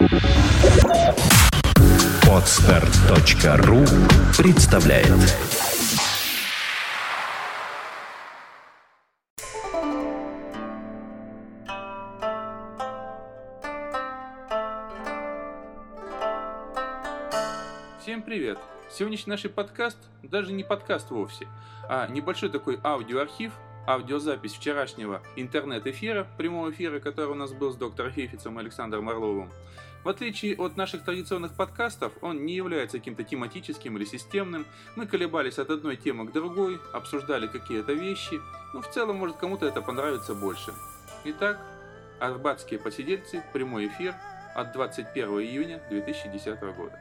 Podster.ru представляет. Всем привет! Сегодняшний наш подкаст даже не подкаст вовсе, а небольшой такой аудиоархив, аудиозапись вчерашнего интернет-эфира, прямого эфира, который у нас был с доктором Хейфицем и Александром Орловым. В отличие от наших традиционных подкастов, он не является каким-то тематическим или системным. Мы колебались от одной темы к другой, обсуждали какие-то вещи. В целом, может, кому-то это понравится больше. Итак, арбатские посидельцы, прямой эфир от 21 июня 2010 года.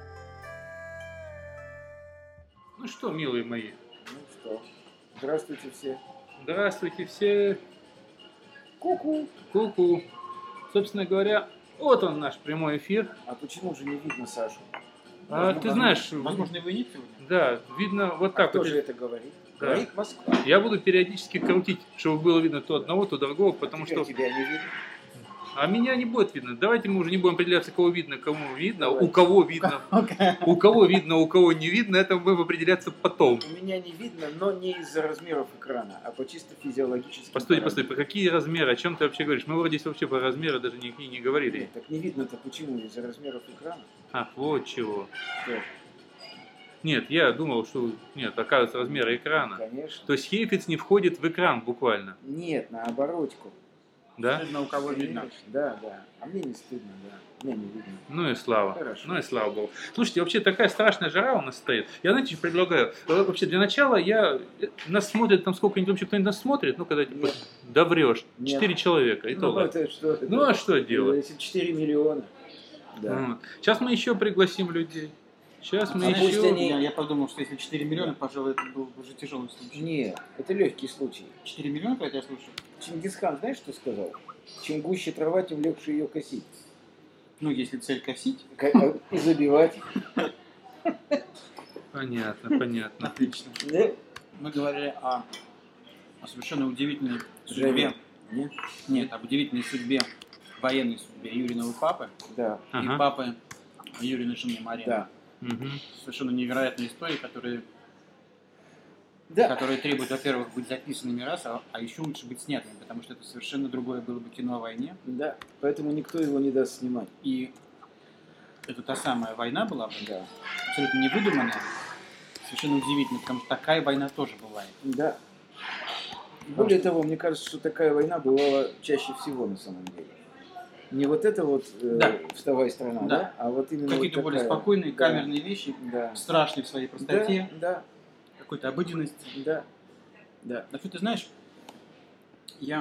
Ну что, милые мои? Ну что, здравствуйте все. Здравствуйте все. Ку-ку. Ку-ку. Собственно говоря, вот он наш прямой эфир. А почему же не видно Сашу? Ты знаешь... Возможно, его нет сегодня? Да, видно вот так. Кто вот. же это говорит? Да. Говорит Москва. Я буду периодически крутить, чтобы было видно то одного, то другого, потому Теперь что... тебя не видно. А меня не будет видно. Давайте мы уже не будем определяться, кого видно, кому видно, Давай. у кого видно. У кого видно, у кого не видно, это будем определяться потом. У меня не видно, но не из-за размеров экрана, а по чисто физиологическим Постой, параметрам. по какие размеры, о чем ты вообще говоришь? Мы вроде вообще про размеры даже не говорили. Нет, так не видно-то почему? Из-за размеров экрана? Ах, вот чего. Что? Нет, я думал, что... Нет, оказывается, размеры экрана. Конечно. То есть Хейфиц не входит в экран буквально, Нет, наоборотку. да? Стыдно, у кого видно. Да. А мне не стыдно, да. Мне не видно. Ну и слава. Хорошо. Ну и слава богу. Слушайте, вообще такая страшная жара у нас стоит. Я, знаете, что предлагаю? Вообще, для начала нас смотрит, там сколько-нибудь вообще кто-нибудь нас смотрит? Ну, когда типа, Нет. да врешь. Нет. 4 человека, и то Ну, ладно. это что? Ну, а что делать? Если 4 миллиона. Да. Сейчас мы еще пригласим людей. Сейчас мы А пусть еще... они- Я подумал, что если 4 миллиона, пожалуй, это был бы уже тяжелый случай. Нет, это легкий случай. 4 миллиона, когда я слушаю? Чингисхан, знаешь, что сказал? Чем гуще трава, тем легче ее косить. Ну, если цель косить. И забивать. Понятно. Отлично. Да? Мы говорили о совершенно удивительной Живе. судьбе. Нет, об удивительной судьбе, военной судьбе Юриного папы Да. и Ага. папы Юриной жены Марины. Да. Мгм. Совершенно невероятные истории, которые Да. требуют, во-первых, быть записанными раз, а еще лучше быть снятыми, потому что это совершенно другое было бы кино о войне. Да. Поэтому никто его не даст снимать. И это та самая война была бы, Да. абсолютно невыдуманная, совершенно удивительно, потому что такая война тоже бывает. Да. Более того, мне кажется, что такая война бывала чаще всего на самом деле. Не вот это вот Да. «Вставай, страна», да. Да. А вот именно Какие-то вот более такая. спокойные, Да. камерные вещи, Да. страшные в своей простоте, Да. какой-то обыденности. Да. Да. А что ты знаешь, я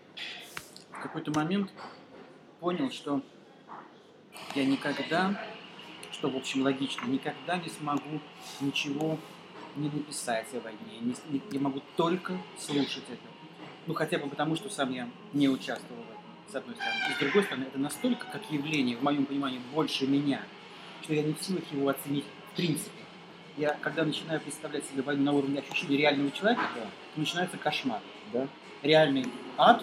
в какой-то момент понял, что я никогда, что в общем логично, никогда не смогу ничего не написать о войне. Я могу только слушать это. Ну хотя бы потому, что сам я не участвовал в этом, с одной стороны. И с другой стороны, это настолько, как явление, в моем понимании, больше меня, что я не в силах его оценить в принципе. Я, когда начинаю представлять себе войну на уровне ощущения реального человека, то начинается кошмар. Да. Реальный ад,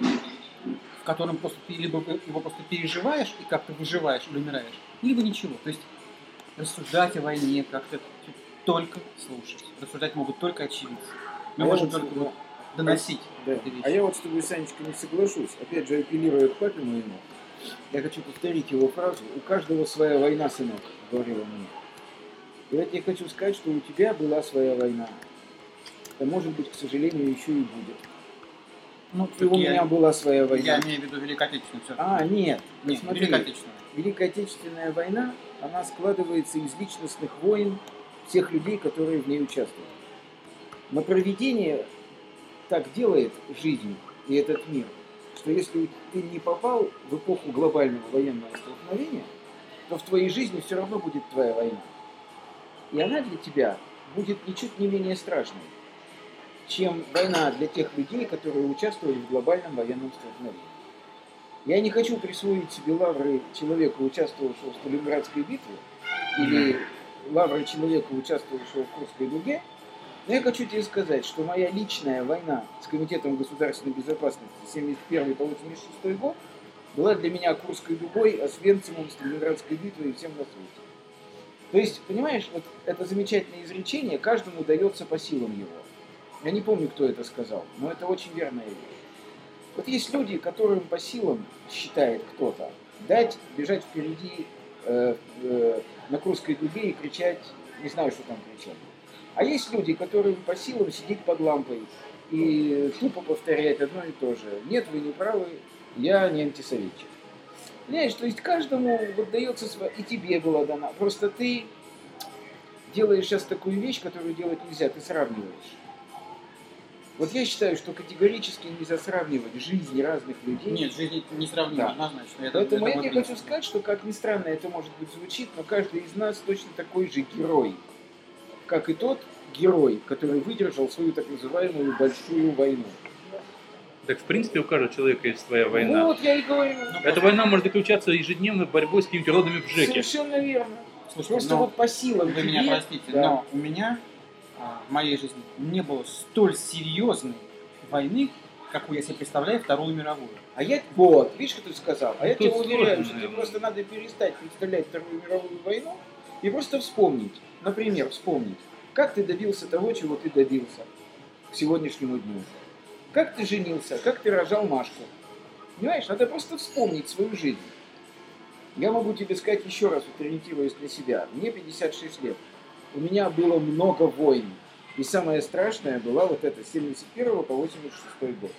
в котором просто ты либо его просто переживаешь и как-то выживаешь или умираешь, либо ничего. То есть рассуждать о войне как-то только слушать. Рассуждать могут только очевидцы. Мы А я можем вот, только да. вот доносить Да. эти вещи. А я вот с тобой, Санечка, не соглашусь. Опять же, апеллируя к папе моему, я хочу повторить его фразу. У каждого своя война, сынок, говорил он мне. И вот я хочу сказать, что у тебя была своя война. А может быть, к сожалению, еще и будет. Ну, И у меня была своя я война. имею в виду Великой Отечественную все. Нет. Нет, Смотри, Великой Отечественную. Великая Отечественная война, она складывается из личностных войн всех людей, которые в ней участвуют. Но проведение так делает жизнь и этот мир, что если ты не попал в эпоху глобального военного столкновения, то в твоей жизни все равно будет твоя война. И она для тебя будет ничуть не менее страшной, чем война для тех людей, которые участвовали в глобальном военном столкновении. Я не хочу присвоить себе лавры человека, участвовавшего в Сталинградской битве, или лавры человека, участвовавшего в Курской дуге, но я хочу тебе сказать, что моя личная война с Комитетом государственной безопасности 71 по 86 год была для меня Курской дугой, Освенцимом, Сталинградской битвой и всем на свете. То есть, понимаешь, вот это замечательное изречение каждому дается по силам его. Я не помню, кто это сказал, но это очень верная вещь. Вот есть люди, которым по силам считает кто-то бежать впереди на Курской дуге и кричать, не знаю, что там кричать. А есть люди, которым по силам сидеть под лампой и тупо повторять одно и то же. Нет, вы не правы, я не антисоветчик. Понимаешь, то есть каждому вот дается свое, и тебе была дана. Просто ты делаешь сейчас такую вещь, которую делать нельзя, ты сравниваешь. Вот я считаю, что категорически нельзя сравнивать жизни разных людей. Нет, жизнь не сравнима, однозначно. Поэтому я тебе хочу сказать, что, как ни странно это может быть звучит, но каждый из нас точно такой же герой, как и тот герой, который выдержал свою так называемую большую войну. Так, в принципе, у каждого человека есть своя война. Вот я и говорю. Эта война может заключаться ежедневно борьбой с какими-то родами в ЖЭКе. Совершенно верно. Слушай, Просто вот по силам вы тебе, меня простите, да. но у меня в моей жизни не было столь серьезной войны, какую я себе представляю Вторую мировую. А я, вот, видишь, что ты сказал? А я Тут тебе уверяю, сложно, что тебе наверное. просто надо перестать представлять Вторую мировую войну и просто вспомнить, например, как ты добился того, чего ты добился к сегодняшнему дню. Как ты женился, как ты рожал Машку. Понимаешь, надо просто вспомнить свою жизнь. Я могу тебе сказать еще раз, ориентируясь на себя. Мне 56 лет. У меня было много войн. И самое страшное была вот эта с 71 по 86 год.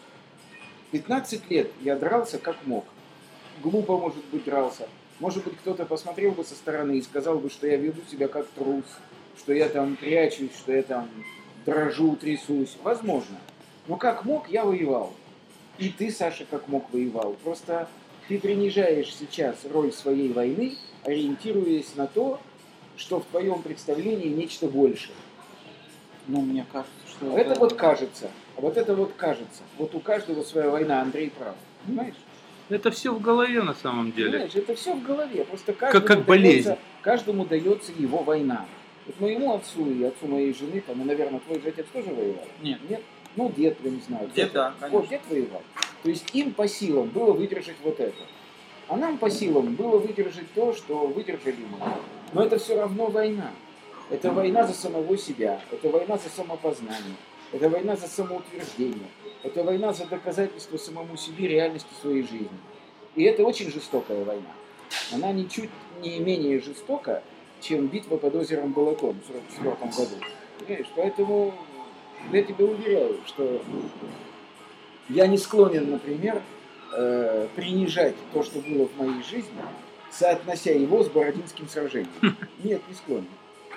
15 лет я дрался как мог. Глупо, может быть, дрался. Может быть, кто-то посмотрел бы со стороны и сказал бы, что я веду себя как трус, что я там прячусь, что я там дрожу, трясусь. Возможно. Но как мог, я воевал. И ты, Саша, как мог, воевал. Просто ты принижаешь сейчас роль своей войны, ориентируясь на то, что в твоем представлении нечто большее. Ну, мне кажется, что... Это вот кажется. А вот это вот кажется. Вот у каждого своя война, Андрей прав. Понимаешь? Это все в голове на самом деле. Понимаешь, это все в голове. Просто Как болезнь. каждому дается его война. Вот моему отцу и отцу моей жены, там, и, наверное, твой же отец тоже воевал? Нет. Нет? Ну, дед, я не знаю. Дед, да, конечно. Вот, дед воевал. То есть им по силам было выдержать вот это. А нам по силам было выдержать то, что выдержали мы. Но это все равно война. Это война за самого себя. Это война за самопознание. Это война за самоутверждение. Это война за доказательство самому себе реальности своей жизни. И это очень жестокая война. Она ничуть не менее жестока, чем битва под озером Балатон в 1944 году. Понимаешь? Поэтому я тебя уверяю, что я не склонен, например, принижать то, что было в моей жизни, соотнося его с Бородинским сражением. Нет, не склонен.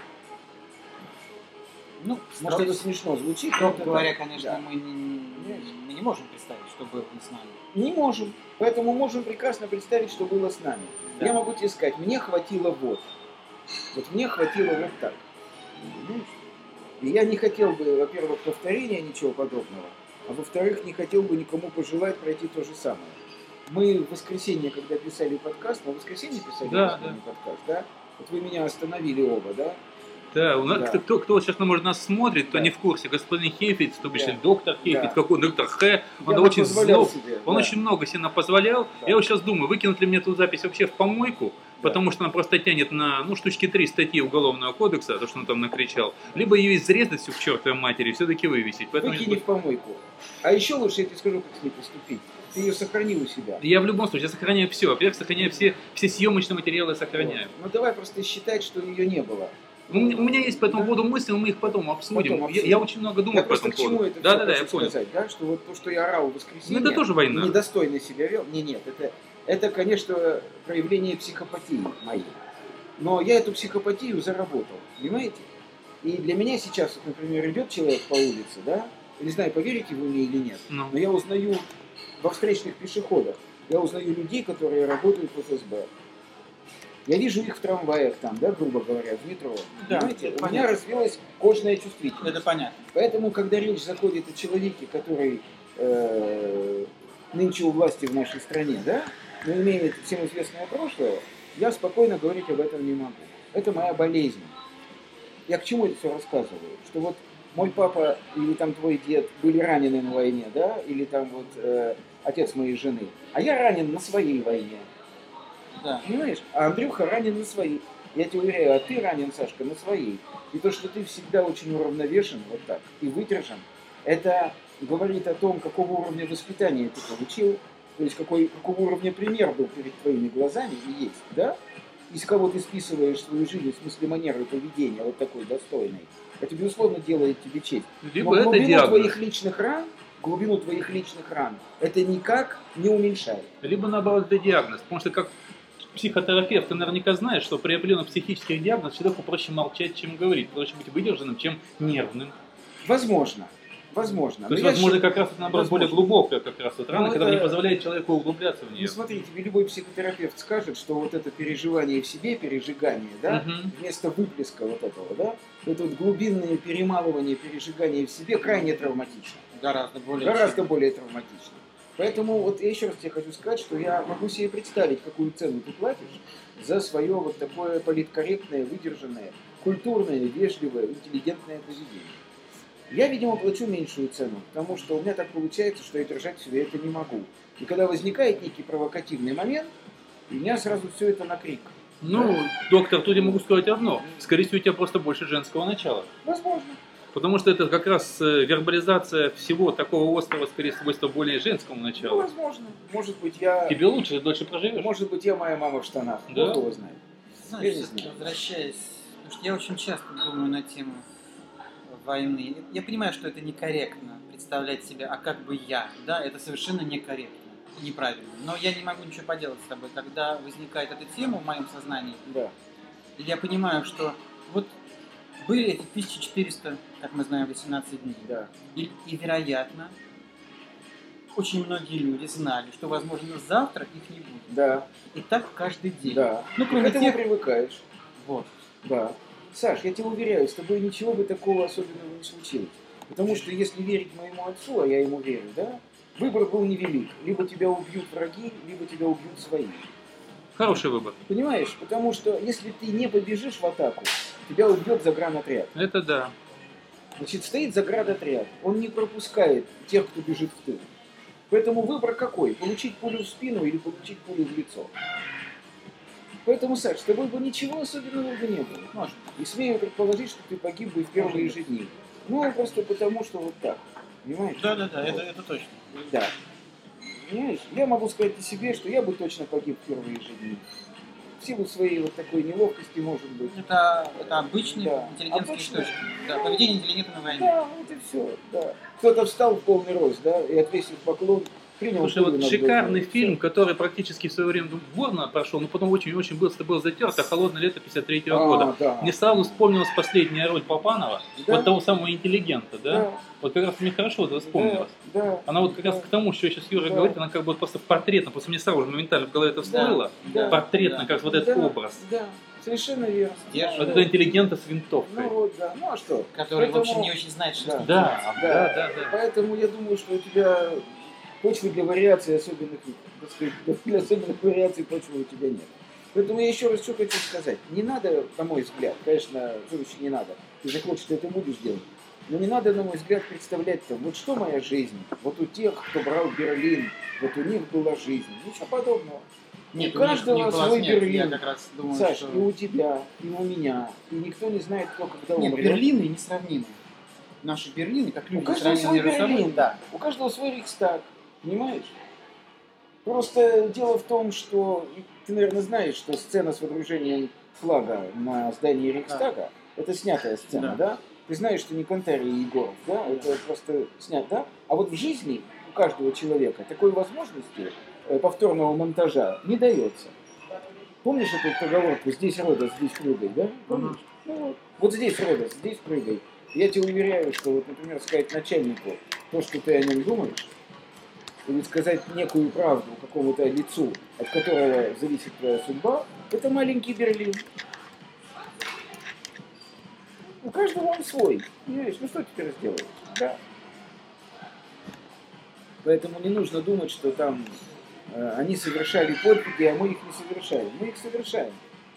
Ну, Может, это смешно звучит. строго но говоря, это- конечно, да. мы не можем представить, что было бы с нами. Не можем. Поэтому можем прекрасно представить, что было с нами. Да. Я могу тебе сказать, мне хватило вот. Вот мне хватило вот так. Понимаешь? И я не хотел бы, во-первых, повторения ничего подобного, а во-вторых, не хотел бы никому пожелать пройти то же самое. Мы в воскресенье, когда писали подкаст, на воскресенье писали Да, подкаст, да? Вот вы меня остановили оба, да? Да, у нас, Да. кто сейчас, может, нас смотрит, кто Да. не в курсе, господин Хейфиц, то бишь Да. доктор Хейфиц, Да. какой доктор Х, он Я очень позволял злой, себе, он да. очень много себе позволял. Да. Я вот сейчас думаю, выкинуть ли мне эту запись вообще в помойку, Да. потому что она просто тянет на, штучки 3 статьи Уголовного кодекса, то, что он там накричал, либо ее изрезать всю к чертовой матери и все-таки вывесить. Поэтому Выкини в помойку. А еще лучше я тебе скажу, как с ней поступить. Ты ее сохрани у себя. я в любом случае сохраняю все. Во-первых, сохраняю все съемочные материалы, сохраняю. Вот. Ну давай просто считать, что ее не было. У меня есть по этому поводу мысли, но мы их потом обсудим. Потом обсудим. Я очень много думаю Я по просто этому к чему поводу. это Да, все я понял. сказать, да? Что вот то, что я орал в воскресенье, Ну, это тоже война. недостойно себя вел. Нет, это, конечно, проявление психопатии моей. Но я эту психопатию заработал, понимаете? И для меня сейчас, вот, например, идет человек по улице, да? Не знаю, поверите вы мне или нет, Ну. но я узнаю во встречных пешеходах, я узнаю людей, которые работают в ФСБ. Я вижу их в трамваях там, да, грубо говоря, в метро. Да, Понимаете? это У меня понятно. развилась кожная чувствительность. Это понятно. Поэтому, когда речь заходит о человеке, который нынче у власти в нашей стране, да, но имеет всем известное прошлое, я спокойно говорить об этом не могу. Это моя болезнь. Я к чему это все рассказываю? Что вот мой папа или там твой дед были ранены на войне, да, или там вот отец моей жены, а я ранен на своей войне. Да. Понимаешь? А Андрюха ранен на своей. Я тебе уверяю, а ты ранен, Сашка, на своей. И то, что ты всегда очень уравновешен, вот так, и выдержан, это говорит о том, какого уровня воспитания ты получил, то есть какого уровня пример был перед твоими глазами и есть, да? Из кого ты списываешь свою жизнь, в смысле манеры поведения, вот такой достойной. Это, безусловно, делает тебе честь. Либо Но это глубину диагноз. твоих личных ран, это никак не уменьшает. Либо наоборот это диагноз. Потому что как психотерапевт ты наверняка знаешь, что при определенных психических диагнозах человеку проще молчать, чем говорить. Проще быть выдержанным, чем нервным. Возможно. То есть, возможно, как раз это, наоборот, более глубокая как раз вот рана, Ну, которая это- не позволяет человеку углубляться в нее. Ну смотри, тебе любой психотерапевт скажет, что вот это переживание в себе, пережигание, да, Мгм. вместо выплеска вот этого, да, это вот глубинное перемалывание, пережигание в себе крайне травматично. Гораздо более. Гораздо более травматично. Поэтому вот я еще раз тебе хочу сказать, что я могу себе представить, какую цену ты платишь за свое вот такое политкорректное, выдержанное, культурное, вежливое, интеллигентное поведение. Я, видимо, плачу меньшую цену, потому что у меня так получается, что я держать в себе это не могу. И когда возникает некий провокативный момент, у меня сразу все это на крик. Ну, доктор, тут я могу сказать одно. Скорее всего, у тебя просто больше женского начала. Возможно. Потому что это как раз вербализация всего такого острого, скорее свойства более женскому Ну, началу. возможно. Может быть, я Дольше проживешь. моя мама в штанах. Да. Бог его знает. Знаешь, Я не все-таки знаю. возвращаясь, потому что я очень часто думаю на тему войны. Я понимаю, что это некорректно представлять себя, а как бы я, да, это совершенно некорректно и неправильно. Но я не могу ничего поделать с собой, когда возникает эта тема в моем сознании. Да. И я понимаю, что вот были эти 1400, как мы знаем, 18 дней. Да. И, вероятно, очень многие люди знали, что, возможно, завтра их не будет. Да. И так каждый день. Да. Ну, К кроме этому тех... привыкаешь. Вот. Да. Саш, я тебя уверяю, с тобой ничего бы такого особенного не случилось. Потому что если верить моему отцу, а я ему верю, да, выбор был невелик. Либо тебя убьют враги, либо тебя убьют свои. Хороший выбор. Понимаешь? Потому что если ты не побежишь в атаку, тебя убьет загранотряд. Это да. Значит, стоит заградотряд. Он не пропускает тех, кто бежит в тыл. Поэтому выбор какой? Получить пулю в спину или получить пулю в лицо? Поэтому, Саш, с тобой бы ничего особенного бы не было. Может. И смею предположить, что ты погиб бы в первые же дни. Ну, просто потому, что вот так. Понимаешь? Да, Вот. это точно. Да. Понимаешь? Я могу сказать о себе, что я бы точно погиб в первые же дни. В силу своей вот такой неловкости, может быть. Это обычный Да. интеллигентский Обычный. источник. Да, поведение интеллигента на войне. Да, вот и все. Да. Кто-то встал в полный рост, да, и отвесил поклон, принял Слушай, вот пулю над шикарный головой. фильм, который практически в свое время бурно прошел, но потом очень-очень быстро был затерт, а «Холодное лето» 53-го года. Да. Мне сразу вспомнилась последняя роль Папанова, Да. вот того самого интеллигента, да? Да. Вот как раз мне хорошо это вспомнилось. Да. Она вот как раз к тому, что сейчас Юра Да. говорит, она как бы вот просто портретно, просто мне сразу же моментально в голове это всплыло, Да. портретно, Да. как вот этот Да. образ. Да. Совершенно верно. Сдержанный. Вот Да. этого интеллигента с винтовкой. Ну вот, да. Ну а что? Который, в Поэтому- общем, не очень знает, что Да. с ним Да, делать. да. Поэтому я думаю, что у тебя почвы для вариаций особенных, так сказать, для особенных вариаций почвы у тебя нет. Поэтому я еще раз что хочу сказать. Не надо, на мой взгляд, конечно, все не надо. Ты захочешь, ты это будешь делать. Но не надо, на мой взгляд, представлять там, вот что моя жизнь, вот у тех, кто брал Берлин, вот у них была жизнь. Ничего подобного. Нет, у у них каждого была свой смерть. Берлин. Я как раз думаю, Саш, что... и у тебя, и у меня, и никто не знает, кто когда Нет, умрет. Берлины несравнимы. Наши Берлины, как У люди, каждого свой сравнивают между собой. Берлин, да. У каждого свой Рейхстаг, понимаешь? Просто дело в том, что ты, наверное, знаешь, что сцена с выдружением флага на здании Рейхстага, это снятая сцена, да? Ты знаешь, что не Кантарий и Егоров, да? Это просто снят, да? А вот в жизни у каждого человека такой возможности повторного монтажа не дается. Помнишь эту поговорку «здесь рода, здесь прыгай», да? Помнишь? Ну, вот здесь рода, здесь прыгай. Я тебе уверяю, что, вот, например, сказать начальнику то, что ты о нем думаешь, или сказать некую правду какому-то лицу, от которого зависит твоя судьба, это маленький Берлин. У каждого он свой. Понимаешь, ну что теперь сделаешь? Да. Поэтому не нужно думать, что там они совершали подвиги, а мы их не совершаем. Мы их совершаем.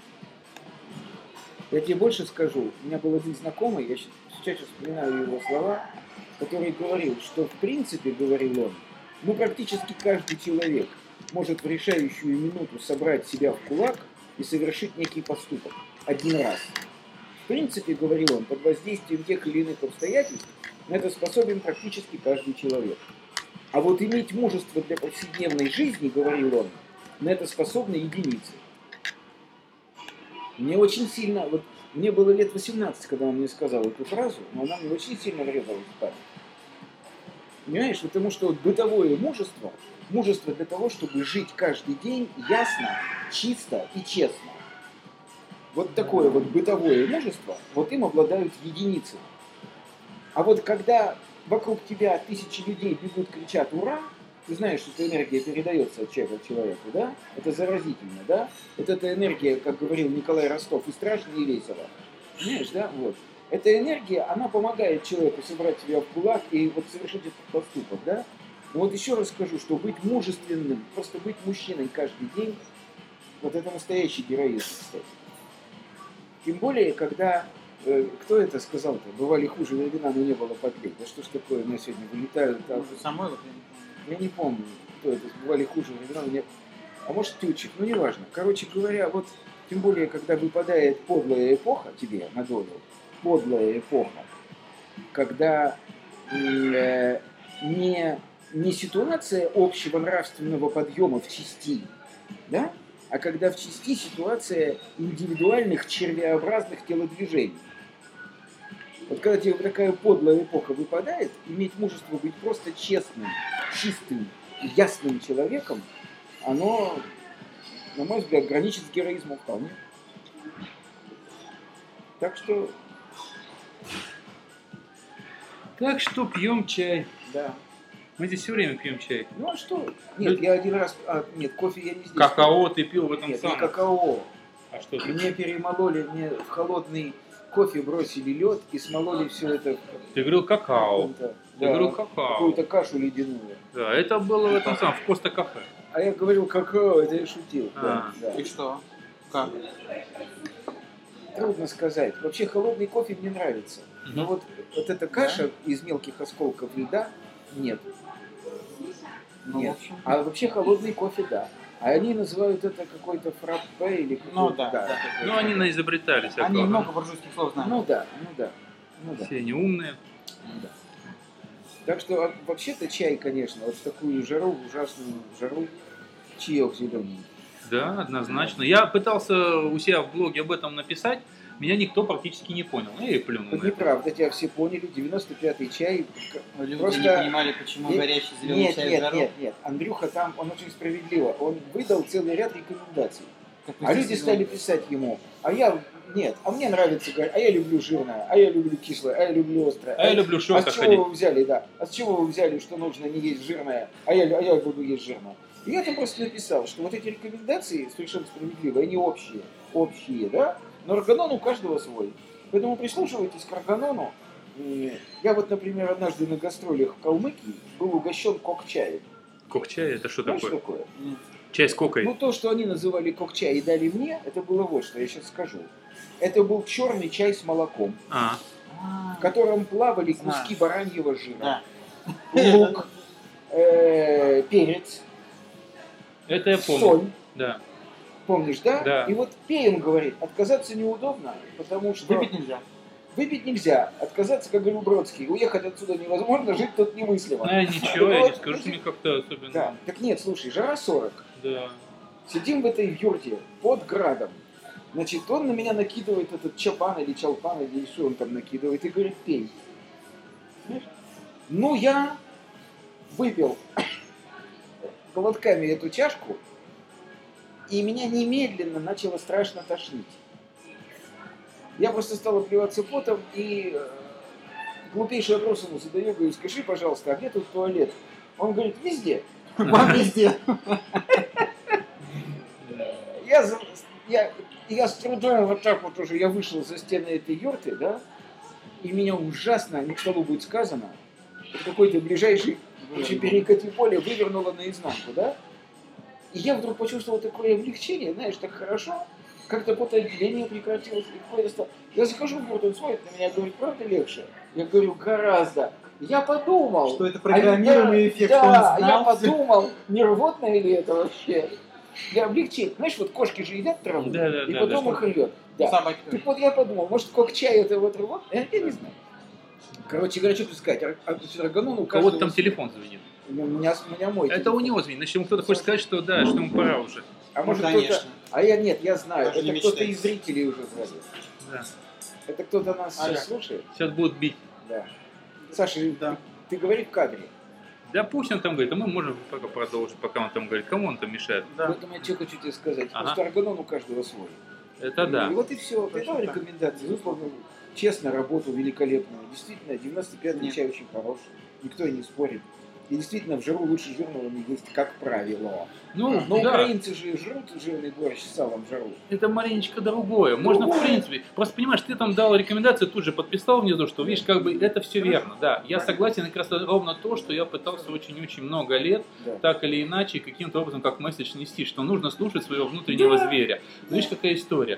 Я тебе больше скажу. У меня был один знакомый, я сейчас вспоминаю его слова, который говорил, что в принципе, говорил он, Ну, практически каждый человек может в решающую минуту собрать себя в кулак и совершить некий поступок. Один раз. В принципе, говорил он, под воздействием тех или иных обстоятельств на это способен практически каждый человек. А вот иметь мужество для повседневной жизни, говорил он, на это способны единицы. Мне очень сильно, вот мне было лет 18, когда он мне сказал эту фразу, но она мне очень сильно врезалась в память. Понимаешь, потому что вот бытовое мужество для того, чтобы жить каждый день ясно, чисто и честно. Вот такое вот бытовое мужество, вот им обладают единицы. А вот когда вокруг тебя тысячи людей бегут, кричат «Ура!», ты знаешь, что эта энергия передается от человека к человеку, да? Это заразительно, да? Вот эта энергия, как говорил Николай Ростов, и страшно, и весело. Понимаешь, да? Вот. Эта энергия, она помогает человеку собрать себя в кулак и вот совершить этот поступок, да? Но вот еще раз скажу, что быть мужественным, просто быть мужчиной каждый день, вот это настоящий героизм, кстати. Тем более, когда, кто это сказал-то, бывали хуже времена, но не было подлей. Да что ж такое, на сегодня вылетают там. Самойлов, Я не помню, кто это, бывали хуже времена, но не... А может Тютчев, ну неважно. Короче говоря, вот тем более, когда выпадает подлая эпоха тебе на долю, подлая эпоха, когда не ситуация общего нравственного подъема в части, да? А когда в части ситуация индивидуальных червеобразных телодвижений. Вот когда тебе такая подлая эпоха выпадает, иметь мужество быть просто честным, чистым, ясным человеком, оно, на мой взгляд, граничит с героизмом вполне. Так что пьем чай. да. Мы здесь все время пьем чай. Ну а что? Нет, я один раз... нет, кофе я не здесь. Какао ты пил в этом Нет, самом? не какао. А что ты? Мне перемололи, мне в холодный кофе бросили лед и смололи все это. Ты говорил какао. Да, Ты говорил какао. какую-то кашу ледяную. Да, это было в этом самом, в Коста-кафе. А я говорил какао, это я шутил. Да, да. И что? Как? Трудно сказать. Вообще холодный кофе мне нравится. Но вот эта каша из мелких осколков льда нет. Ну, Нет. в общем, А вообще холодный кофе, да. А они называют это какой-то фраппе или какой-то... Ну да. Ну, они наизобретали всякого. Они много буржуйских слов знают. Ну да. Все они умные. Ну да. Так что вообще-то чай, конечно, вот в такую жару, в ужасную жару, чаек зеленый. Да, однозначно. Я пытался у себя в блоге об этом написать, меня никто практически не понял. Я и плюнул Это на это. неправда, тебя все поняли, 95-й чай. Люди Просто... не понимали, почему горячий зеленый чай в жару. Нет. Андрюха там, он очень справедливо, он выдал целый ряд рекомендаций. Как А люди стали писать ему, а мне нравится, а я люблю жирное, а я люблю кислое, а я люблю острое. А я люблю А шока с чего ходить. вы взяли, да? А с чего вы взяли, что нужно не есть жирное, а я буду есть жирное? И я там просто написал, что вот эти рекомендации совершенно справедливые, они общие, да? Но органон у каждого свой. Поэтому прислушивайтесь к органону. Я вот, например, однажды на гастролях в Калмыкии был угощен кок-чаем. Кок-чай, это что Знаешь, такое? что такое? Чай с кокой. Ну, то, что они называли кок-чай и дали мне, это было вот что, я сейчас скажу. Это был черный чай с молоком, в котором плавали куски бараньего жира, Да. лук, перец, Это я помню. соль. Да. Помнишь, да? Да. И вот пеем, говорит, отказаться неудобно, потому что... Выпить нельзя. Выпить нельзя, отказаться, как говорил Бродский, уехать отсюда невозможно, жить тут немыслимо. Ничего, я Вот, не скажу, что мне как-то особенно. Да, так нет, слушай, жара 40. Да. Сидим в этой юрте под градом. Значит, он на меня накидывает этот чапан или чалпан, или что он там накидывает, и говорит, пей. Знаешь? Ну, я выпил глотками эту чашку, и меня немедленно начало страшно тошнить. Я просто стал обливаться потом, и глупейший вопрос ему задаю, говорю, скажи, пожалуйста, а где тут туалет? Он говорит, везде. Вам везде. Я с трудом вот так вот уже, я вышел за стены этой юрты, да, и меня ужасно, не к столу будет сказано, какой-то ближайший перекати поле вывернуло наизнанку, да, и я вдруг почувствовал такое облегчение, знаешь, так хорошо, Как-то потоотделение прекратилось, легко стало. Я захожу в борт, он смотрит на меня, говорит, правда легче? Я говорю, гораздо. Я подумал. Что это программируемый эффект, да, что он знал. я подумал, не рвотное ли это вообще? Я облегчил. Знаешь, вот кошки же едят траву, и потом их рвет. Да. Так вот я подумал, может, кок-чай это вот рвотное? Я не знаю. Короче говоря, что тут сказать? Органон у кого-то там телефон звонит. У меня мой это телефон. у него звонит. Значит, ему кто-то хочет сказать, что да, что ему пора уже. А может конечно. кто-то... А я нет, я знаю. Даже это не кто-то мечтайте. из зрителей уже звонит. Да. Это кто-то нас сейчас слушает? Сейчас будут бить. Да. Саша, Да. ты говори в кадре. Да пусть он там говорит, а мы можем пока продолжить, пока он там говорит. Кому он там мешает? Да. Поэтому я что хочу тебе сказать. Ага. Просто органон у каждого свой. Это да. И вот и все. Ты дал рекомендации. Выполнил честно работу великолепную. Действительно, 95-й Нет. чай очень хороший. Никто и не спорит. И действительно, в жиру лучше жирного не есть, как правило. Ну, Но да. украинцы же жрут жирный борщ с салом в жару. Это маленечко другое. Можно, в принципе, просто понимаешь, ты там дал рекомендацию, тут же подписал внизу, что, видишь, как бы это все верно. Да, я согласен, и как раз ровно то, что я пытался очень-очень много лет, Да. так или иначе, каким-то образом, как месседж нести, что нужно слушать своего внутреннего зверя. Но видишь, какая история?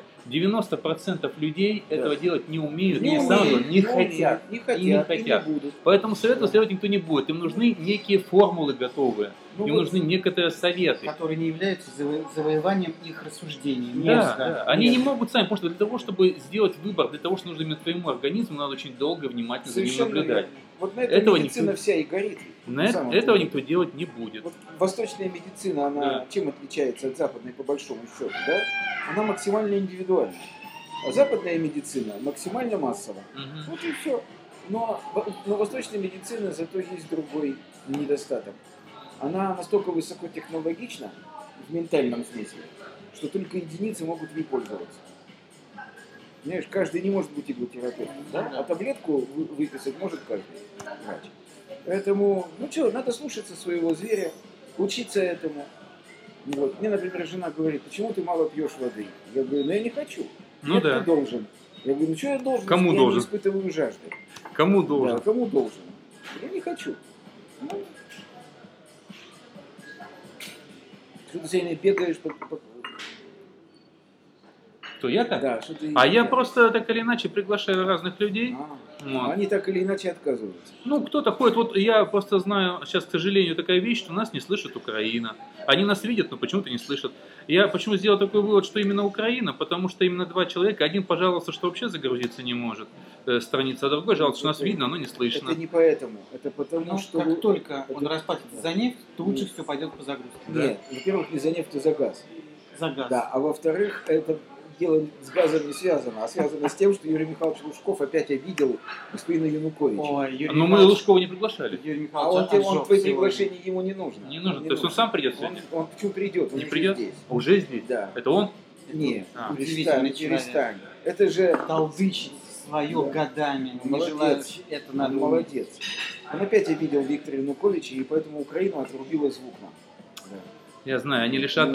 90% людей этого делать не умеют, Не и самое умеют, главное, не хотят. не И хотят, не и хотят. не будут. Поэтому совету следовать никто не будет. Им нужны некие формулы готовые. Ну Им вот. нужны некоторые советы. Которые не являются завоеванием их рассуждений. Да, мозга. да. Они Нет. не могут сами, потому что для того, чтобы сделать выбор, для того, что нужно именно твоему организму, надо очень долго, внимательно за ним Совершенно наблюдать. верно. Вот на это Этого медицина никто- вся и горит. На самом этого деле. никто делать не будет. Вот восточная медицина, она Да. чем отличается от западной по большому счету, да? Она максимально индивидуальна. А западная медицина максимально массовая. Мгм. Вот и все. Но восточная медицина зато есть другой недостаток. Она настолько высокотехнологична в ментальном смысле, что только единицы могут ей пользоваться. Понимаешь, каждый не может быть иглотерапевтом, да? А таблетку выписать может каждый врач. Поэтому, ну что, надо слушаться своего зверя, учиться этому. Вот. Мне, например, жена говорит, почему ты мало пьешь воды? Я говорю, ну я не хочу. Ну Нет, да. ты должен. Я говорю, ну что я должен? Кому если должен? Я не испытываю жажды. Кому Да, должен? кому должен? Я не хочу. Ну, что ты сегодня бегаешь по... Кто, я-то? Да, что ты... А я да. просто так или иначе приглашаю разных людей. Вот. Они так или иначе отказываются. Ну, кто-то ходит, вот я просто знаю, сейчас, к сожалению, такая вещь, что нас не слышит Украина. Они нас видят, но почему-то не слышат. Я почему сделал такой вывод, что именно Украина, потому что именно два человека, один пожаловался, что вообще загрузиться не может страница, а другой жаловался, что нас видно, но не слышно. Это не поэтому. Это потому, Ну, что... как только он это- расплатит за нефть, тут же все пойдет по загрузке. Нет, во-первых, не за нефть, а за газ. За газ. Да, а во-вторых, это дело с газом не связано, а связано с тем, что Юрий Михайлович Лужков опять обидел господина Януковича. Ой, Юрий Но мы Михайлович- Лужкова не приглашали. Юрий А он, Михайлович он отжег по сегодня. приглашению ему не нужно. Не нужно. То есть он сам придет сегодня? Он почему придет? Он Не уже придет? здесь. Уже здесь? Да. Это он? Нет, А. перестань, Удивительный человек. перестань. Это же Толдычит свое Да. годами. Он Не молодец. желаю, это он надо молодец. Он опять обидел Виктора Януковича, и поэтому Украину отрубила звук нам. Да. Я знаю, они лишат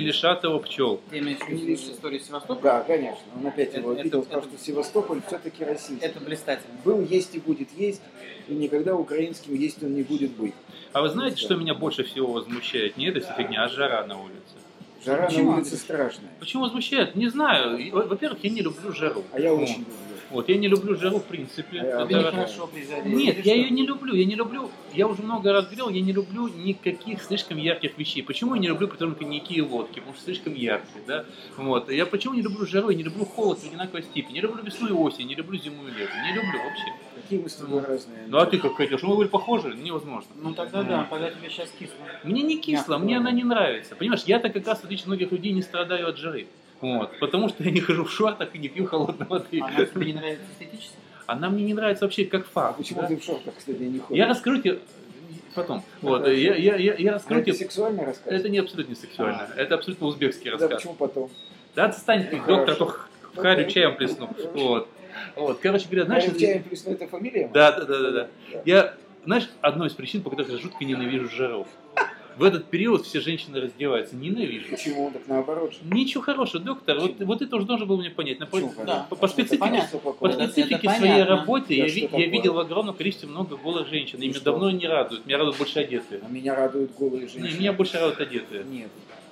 его пчел. Ты имеешь в виду Видишь? историю Севастополя? Да, конечно. Он опять его Это- обидел, это- сказал, что Севастополь все-таки российский. Это блистательно. Был, есть и будет есть, и никогда украинским есть он не будет быть. А вы знаете, что меня больше всего возмущает? Не эта вся фигня, а жара на улице. Жара Почему? на улице страшная. Почему возмущает? Не знаю. Во-первых, я не люблю жару. А я Вот. очень люблю. Вот, я не люблю жару в принципе. А я- Тебе Это- нехорошо при жаре. Нет, Или я что? ее не люблю. Я уже много раз говорил, я не люблю никаких слишком ярких вещей. Почему я не люблю, притом коньяки и водки? Потому что слишком яркие, да? Вот. Я почему не люблю жару, я не люблю холод в одинаковой степени. Не люблю весну и осень, не люблю зиму и лето. Не люблю вообще. Какие мы с тобой разные. Ну а ты как хотел? Что мы были похожи? Невозможно. Ну тогда да, тогда тебе сейчас кисло. Мне не кисло, мне она не нравится. Понимаешь, я-то как раз, в отличие от многих людей, не страдаю от жары. Вот. Потому что я не хожу в шортах и не пью холодной воды. Она тебе не нравится эстетически? Она мне не нравится вообще как А факт. почему да? ты в шортах, кстати, не ходишь? Я расскажу тебе потом. Вот. хорошо. Я расскажу Это тебе. сексуальный рассказ? Это не абсолютно не сексуально. Это абсолютно узбекский Да, рассказ. почему потом? Да отстань ты, Хорошо. доктор, то в харю чаем плесну. Вот. Вот. Короче говоря, знаешь, Знаешь, чаем плюс, это фамилия? Да. Я, знаешь, одной из причин, по которой я жутко ненавижу жару. В этот период все женщины раздеваются. Ненавижу. Почему? Так наоборот. же. Ничего хорошего, доктор. Вот это уже должен был мне понять. Почему? Да. По специфике, понятно. по Понятно. специфике Это своей понятно. работы Да, я что я такое? видел в огромном количестве много голых женщин. И И меня что? давно не радуют. Меня радуют больше одетые. А меня радуют голые Не, женщины. меня больше радуют одетые. Нет.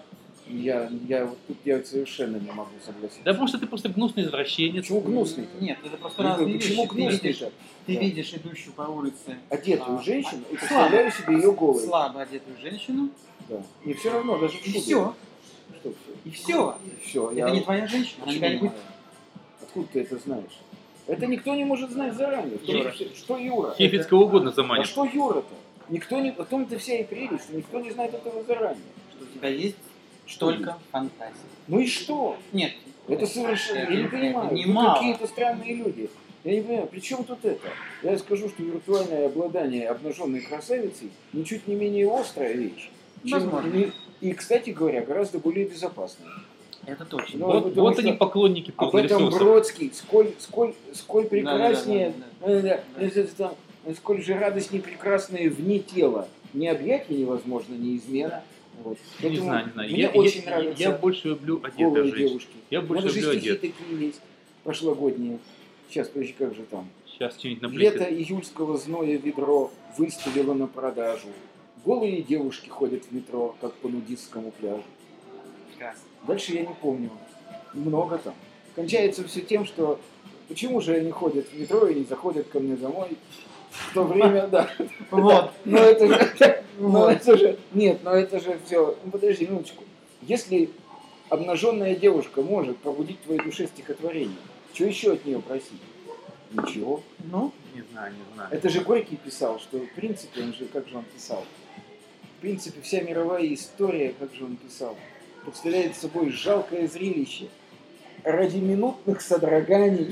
Я совершенно не могу согласиться. Да потому что ты просто гнусный извращенец. Почему гнусный? Нет, это просто разные Почему вещи. гнусный-то? Ты Да. видишь идущую по улице Одетую женщину и слабо. представляю себе ее голой. Слабо одетую женщину, Да. И все равно, даже в и шубе. все. Что все? И все. Все. Это не твоя женщина, она когда-нибудь... Откуда ты это знаешь? Это никто не может знать заранее. Юра. Что Юра? Хефиц кого угодно А заманит. что Юра-то? Никто не... О том-то вся и прелесть, что никто не знает этого заранее. Что у тебя есть Что только фантазия. Ну и что? Нет. Это совершенно... Это- Я не это понимаю. Вы немало. какие-то странные люди. Я не понимаю, при чем тут это? Я скажу, что виртуальное обладание обнаженной красавицей ничуть не менее острая вещь. Возможно. И, кстати говоря, гораздо более безопасная. Это точно. Ну, Вот, потому вот что они поклонники об этом порноресурсов. Бродский, сколь прекраснее, Да. сколь же радостнее прекрасные вне тела. Ни объятия невозможно, ни измена. Вот. Не Поэтому знаю, не знаю. Мне очень нравятся Я больше люблю одетых голые женщин. девушки. Я больше Даже люблю стихи одетых. такие есть, прошлогодние. Сейчас, подожди, как же там? Сейчас что-нибудь на Лето июльского зноя ведро выставило на продажу. Голые девушки ходят в метро, как по нудистскому пляжу. Прекрасно. Дальше я не помню. Много там. Кончается все тем, что почему же они ходят в метро и не заходят ко мне домой? В то время, да. Вот. Но это же, нет, но это же все. Ну подожди минуточку. Если обнаженная девушка может пробудить в твоей душе стихотворение, что еще от нее просить? Ничего. Ну, Не знаю, не знаю. Это же Горький писал, что в принципе, как же он писал? В принципе, вся мировая история, как же он писал, представляет собой жалкое зрелище ради минутных содроганий.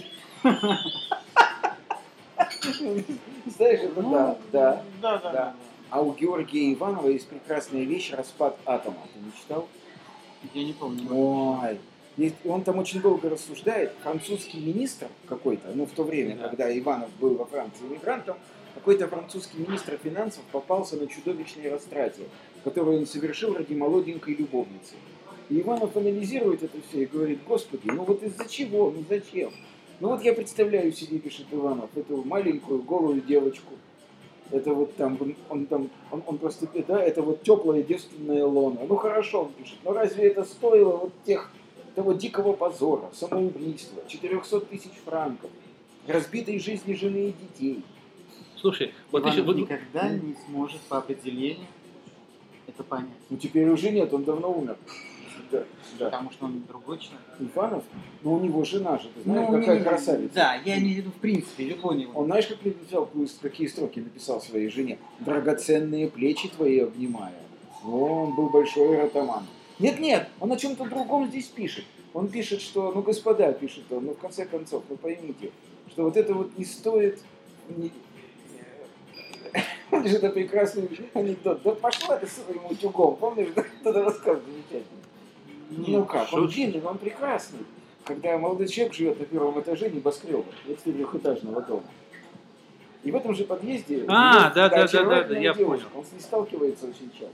Знаешь, это да. А у Георгия Иванова есть прекрасная вещь «Распад атома». Ты не читал? Я не помню. Ой. И он там очень долго рассуждает. Французский министр какой-то, в то время, Да. когда Иванов был во Франции иммигрантом, какой-то французский министр финансов попался на чудовищной растрате, которую он совершил ради молоденькой любовницы. И Иванов анализирует это все и говорит: Господи, вот из-за чего, зачем? Вот я представляю себе, пишет Иванов, эту маленькую голую девочку. Это вот там, он просто, да, это вот теплая девственная лона. Хорошо, он пишет, но разве это стоило того дикого позора, самоубийства, 400 тысяч франков, разбитой жизни жены и детей? Слушай, вот ты Иванов еще... никогда не сможет по определению это понять. Теперь уже нет, он давно умер. Да. Потому что он другой человек. Иванов, у него жена же, ты знаешь, какая красавица. Да, я имею в виду в принципе, любой него. Он, знаешь, какие строки написал своей жене? «Драгоценные плечи твои обнимая». Он был большой эротоман. Нет, он о чем-то другом здесь пишет. Он пишет, что, господа, пишет он, в конце концов, поймите, что вот это вот не стоит... Помнишь, это прекрасный анекдот? Да пошла ты своим утюгом, помнишь, это рассказ замечательный. Он длинный, но он прекрасный. Когда молодой человек живет на первом этаже небоскреба, 4-трехэтажного дома. И в этом же подъезде очаровательная я девушка. понял. Он с ней сталкивается очень часто.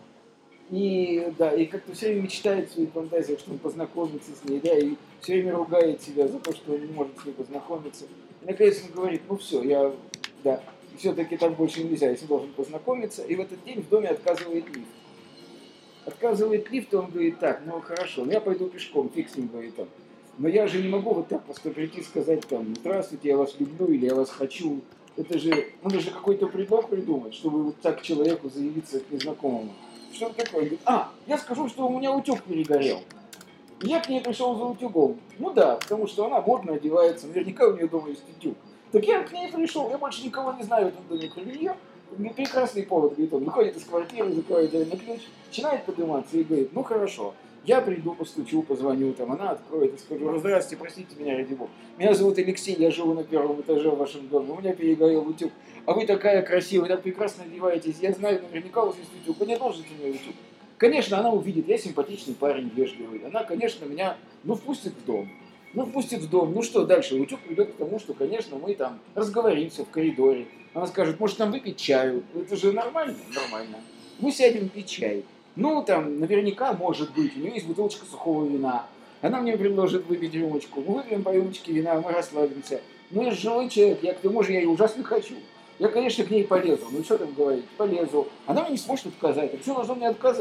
И как-то все время мечтает в своих фантазиях, что он познакомится с ней, и все время ругает себя за то, что он не может с ней познакомиться. И наконец он говорит: все, все-таки так больше нельзя, если должен познакомиться. И в этот день в доме отказывает лифт. Отказывает лифт, он говорит: так, хорошо, я пойду пешком, фиг с ним, говорит он. Но я же не могу вот так просто прийти и сказать здравствуйте, я вас люблю или я вас хочу. Это же, надо же какой-то предлог придумать, чтобы вот так к человеку заявиться к незнакомому. Что он такое? Он говорит: я скажу, что у меня утюг перегорел. Я к ней пришел за утюгом. Да, потому что она модно одевается, наверняка у нее дома есть утюг. Так я к ней пришел, я больше никого не знаю в этом доме, кроме нее. Прекрасный повод, говорит он, выходит из квартиры, закроет дверь на ключ, начинает подниматься и говорит: хорошо, я приду, постучу, позвоню, она откроет и скажу: здравствуйте, простите меня, ради бога. Меня зовут Алексей, я живу на первом этаже в вашем доме, у меня перегорел утюг. А вы такая красивая, так прекрасно одеваетесь, я знаю, наверняка у вас есть утюг, вы не должите мне утюг. Конечно, она увидит, я симпатичный парень, вежливый, она, конечно, меня, впустит в дом. Впустит в дом. Что дальше? Утюг придет к тому, что, конечно, мы там разговоримся в коридоре. Она скажет: может, нам выпить чаю? Это же нормально? Нормально. Мы сядем пить чай. Наверняка, может быть, у нее есть бутылочка сухого вина. Она мне предложит выпить рюмочку. Мы выпьем по рюмочке вина, мы расслабимся. Я же живой человек, я к тому же я ее ужасно хочу. Я, конечно, к ней полезу. Что там говорить? Полезу. Она мне не сможет отказать. А почему должна мне отказать?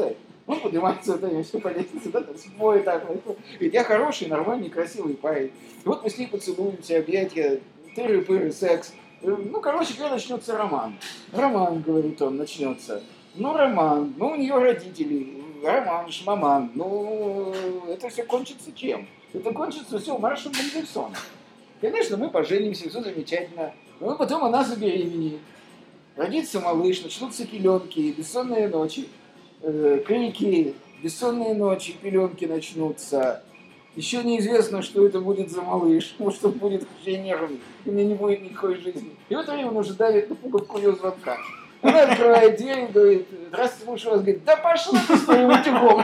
Он поднимается все по лестнице, да, там, свой этаж. Говорит, я хороший, нормальный, красивый парень. И вот мы с ней поцелуемся, объятия, тыры-пыры, секс. Ну, короче, когда начнется роман. Роман, говорит он, начнется. Ну, роман, ну, у нее родители, роман, шмаман. Ну, это все кончится чем? Это кончится все маршем Мендельсона. Конечно, мы поженимся, все замечательно. Но потом она забеременеет. Родится малыш, начнутся пеленки, бессонные ночи, крики, бессонные ночи, пеленки начнутся. Еще неизвестно, что это будет за малыш, может, он будет вообще нервный, у меня не будет никакой жизни. И вот он уже давит на пуговку ее звонка. Она открывает дверь и говорит, здравствуйте, муж у вас, говорит, да пошла ты с твоим утюгом.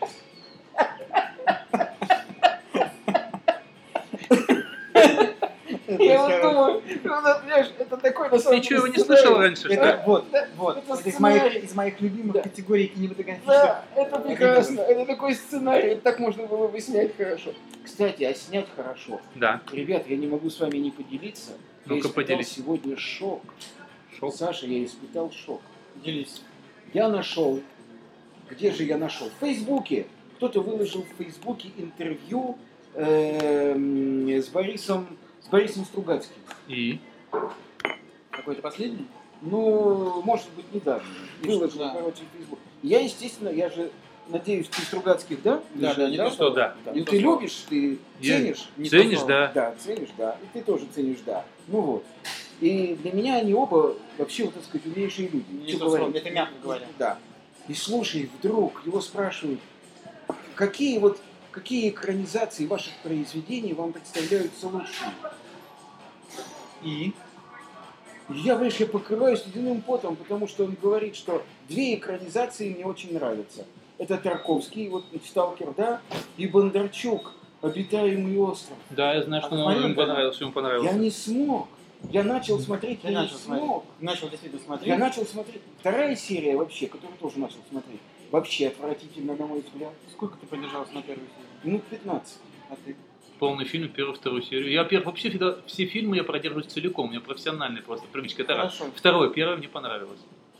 Я вот думаю, это такой на самом деле. Ты чего его не слышал раньше? Это Что? вот, Это из сценарий. моих любимых Да. категорий кинематографических. Да, это прекрасно. Это такой сценарий. Это так можно было бы снять хорошо. Кстати, а снять хорошо. Да. Ребят, я не могу с вами не поделиться. Я Ну-ка, испытал поделись. сегодня шок. Шок. Саша, я испытал шок. Делись. Я нашел. Где же я нашел? В Фейсбуке. Кто-то выложил в Фейсбуке интервью с Борисом Стругацким. И? Какой-то последний? Ну, может быть, недавно. И Выложил, что, да. короче, в Фейсбук. Я, естественно, я же надеюсь, ты Стругацких, да? Да, Ты да, же, не то, что да. Ну, ты любишь, ты Я- ценишь? Не Ценишь, то да. Да, ценишь, да. И ты тоже ценишь, да. Ну вот. И для меня они оба вообще, вот так сказать, умнейшие люди. Не Что то слово, говорить? это мягко говоря. Да. И слушай, вдруг его спрашивают, какие экранизации ваших произведений вам представляются лучшими? И? Я, понимаешь, я покрываюсь ледяным потом, потому что он говорит, что две экранизации мне очень нравятся. Это Тарковский, вот «Сталкер», да, и Бондарчук, «Обитаемый остров». Да, я знаю, что А ему посмотрел, понравилось, ему понравилось. Я не смог. Я начал смотреть, Ты я не начал смотреть. смог. Начал действительно смотреть. Я начал смотреть. Вторая серия вообще, которую тоже начал смотреть, вообще отвратительно, на мой взгляд. Сколько ты продержался на первой серии? Минут 15. А ты? Полный фильм, первую, вторую серию. Я вообще всегда все фильмы я продерживаюсь целиком. У меня профессиональная просто привычка. Это раз. Хорошо. Второе, первое мне понравилось.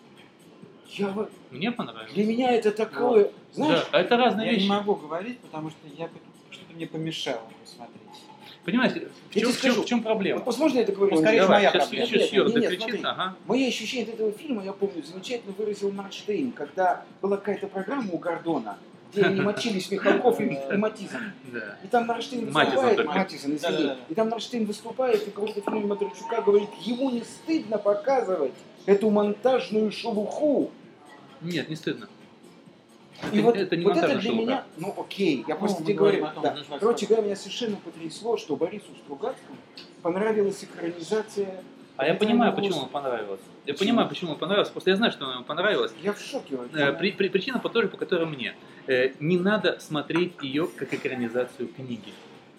Мне Для понравилось. меня это такое, знаешь, Да, а это разные Я не вещи. могу говорить, потому что что-то мне помешало посмотреть. Понимаете, Я тебе скажу. в чем проблема? вот возможно, я это говорю. Скорее Давай. моя Сейчас проблема. сейчас Нет, Юра нет, нет, докричит. смотри. Ага. Мои ощущения от этого фильма, я помню, замечательно выразил Марштейн, когда была какая-то программа у Гордона, где они мочились Михалков и Матизан. Да. И там Марштейн Матизан выступает, только. Матизан, извини. Да-да-да. И там Марштейн выступает, и какой-то фильм Матричука говорит, ему не стыдно показывать эту монтажную шелуху. Нет, не стыдно. И вот это не вот это монтажная для шелуха. меня, ну окей, я просто мы тебе говорим говорю, о том, да. нужно Короче сказать. говоря, меня совершенно потрясло, что Борису Стругацкому понравилась экранизация. А я понимаю, «Обитаемого почему ему острова». понравилось. Я Почему? понимаю, почему ему понравилось. Просто я знаю, что ему понравилось. Я в шоке вообще. Причина по той же, по которой мне. Не надо смотреть ее как экранизацию книги.